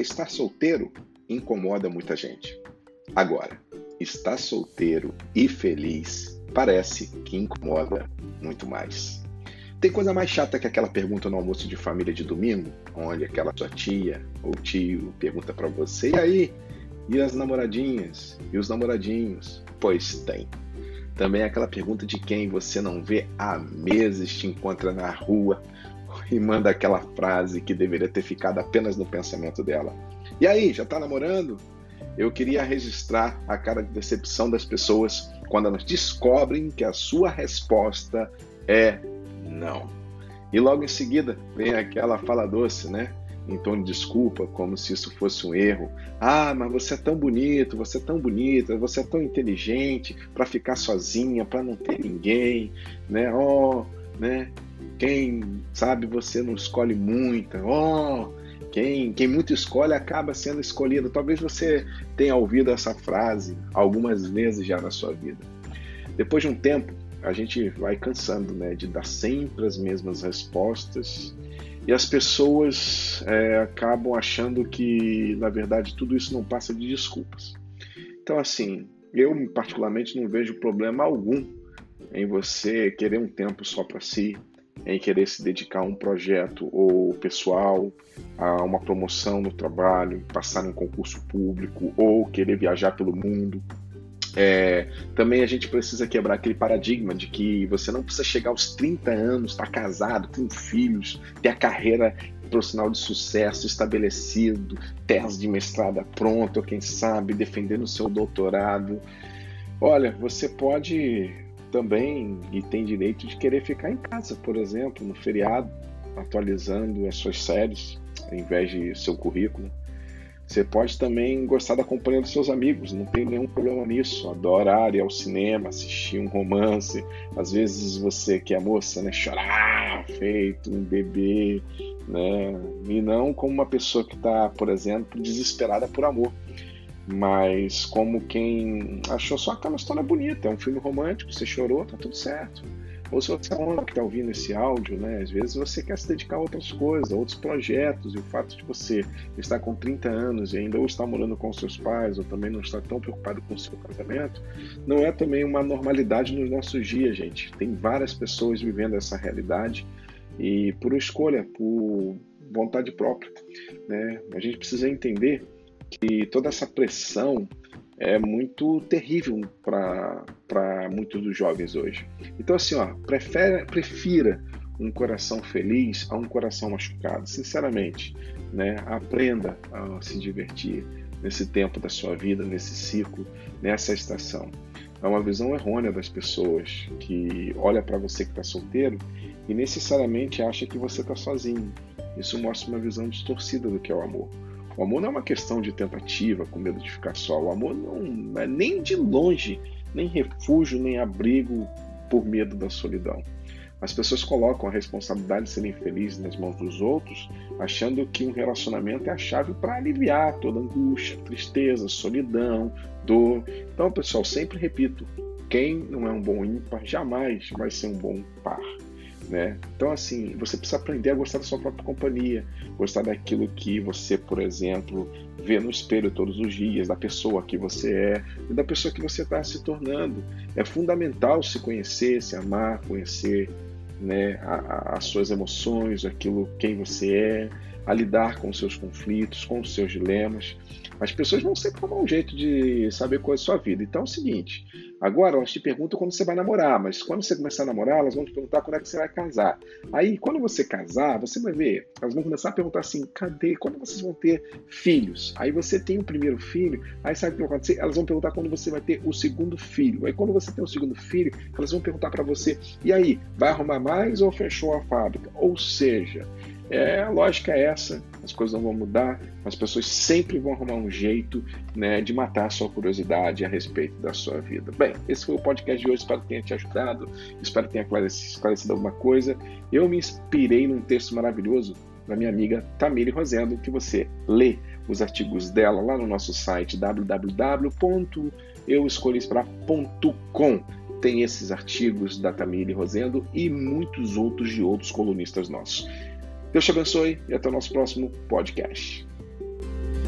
estar solteiro incomoda muita gente. Agora, estar solteiro e feliz parece que incomoda muito mais. Tem coisa mais chata que aquela pergunta no almoço de família de domingo, onde aquela sua tia ou tio pergunta pra você: e aí? E as namoradinhas? E os namoradinhos? Pois tem. Também aquela pergunta de quem você não vê há meses, te encontra na rua e manda aquela frase que deveria ter ficado apenas no pensamento dela: e aí, já tá namorando? Eu queria registrar a cara de decepção das pessoas quando elas descobrem que a sua resposta é não. E logo em seguida vem aquela fala doce, né? Em tom de desculpa, como se isso fosse um erro. Ah, mas você é tão bonito, você é tão bonita, você é tão inteligente para ficar sozinha, para não ter ninguém, né? Oh, né? Quem sabe você não escolhe muito. Oh, quem muito escolhe acaba sendo escolhido. Talvez você tenha ouvido essa frase algumas vezes já na sua vida. Depois de um tempo, a gente vai cansando, né, de dar sempre as mesmas respostas e as pessoas acabam achando que, na verdade, tudo isso não passa de desculpas. Então, assim, eu particularmente não vejo problema algum em você querer um tempo só para si, em querer se dedicar a um projeto ou pessoal, a uma promoção no trabalho, passar em um concurso público ou querer viajar pelo mundo. Também a gente precisa quebrar aquele paradigma de que você não precisa chegar aos 30 anos, estar casado, com filhos, ter a carreira profissional de sucesso estabelecido, tese de mestrado pronta, ou quem sabe defendendo o seu doutorado. Olha, você pode também e tem direito de querer ficar em casa, por exemplo, no feriado, atualizando as suas séries, ao invés de seu currículo. Você pode também gostar da companhia dos seus amigos, não tem nenhum problema nisso. Adorar ir ao cinema, assistir um romance. Às vezes você que é moça, né, chorar feito um bebê, né? E não como uma pessoa que está, por exemplo, desesperada por amor, mas como quem achou só aquela história bonita. É um filme romântico, você chorou, tá tudo certo. Ou se você é um homem que está ouvindo esse áudio, né, às vezes você quer se dedicar a outras coisas, a outros projetos, e o fato de você estar com 30 anos e ainda ou estar morando com seus pais, ou também não estar tão preocupado com o seu casamento, não é também uma normalidade nos nossos dias, gente. Tem várias pessoas vivendo essa realidade e por escolha, por vontade própria, né? A gente precisa entender que toda essa pressão é muito terrível para muitos dos jovens hoje. Então, assim, prefira um coração feliz a um coração machucado. Sinceramente, né? Aprenda a se divertir nesse tempo da sua vida, nesse ciclo, nessa estação. É uma visão errônea das pessoas que olha para você que está solteiro e necessariamente acha que você está sozinho. Isso mostra uma visão distorcida do que é o amor. O amor não é uma questão de tentativa, com medo de ficar só. O amor não é nem de longe, nem refúgio, nem abrigo por medo da solidão. As pessoas colocam a responsabilidade de serem felizes nas mãos dos outros, achando que um relacionamento é a chave para aliviar toda angústia, tristeza, solidão, dor. Então, pessoal, sempre repito, quem não é um bom ímpar jamais vai ser um bom par. Né? Então, assim, você precisa aprender a gostar da sua própria companhia, gostar daquilo que você, por exemplo, vê no espelho todos os dias, da pessoa que você é e da pessoa que você está se tornando. É fundamental se conhecer, se amar, conhecer, né, as suas emoções, aquilo, quem você é, a lidar com os seus conflitos, com os seus dilemas. As pessoas vão sempre tomar um jeito de saber qual é a sua vida. Então é o seguinte, agora elas te perguntam quando você vai namorar, mas quando você começar a namorar, elas vão te perguntar quando é que você vai casar. Aí, quando você casar, você vai ver, elas vão começar a perguntar assim, quando vocês vão ter filhos? Aí você tem o primeiro filho, aí sabe o que vai acontecer? Elas vão perguntar quando você vai ter o segundo filho. Aí quando você tem o segundo filho, elas vão perguntar para você, e aí, vai arrumar mais ou fechou a fábrica? Ou seja, a lógica é essa, as coisas não vão mudar, as pessoas sempre vão arrumar um jeito, né, de matar a sua curiosidade a respeito da sua vida. Bem, esse foi o podcast de hoje, espero que tenha te ajudado, espero que tenha esclarecido alguma coisa. Eu me inspirei num texto maravilhoso da minha amiga Tamília Rosendo, que você lê os artigos dela lá no nosso site www.euescolhispra.com. Tem esses artigos da Tamília Rosendo e muitos outros de outros colunistas nossos. Deus te abençoe e até o nosso próximo podcast.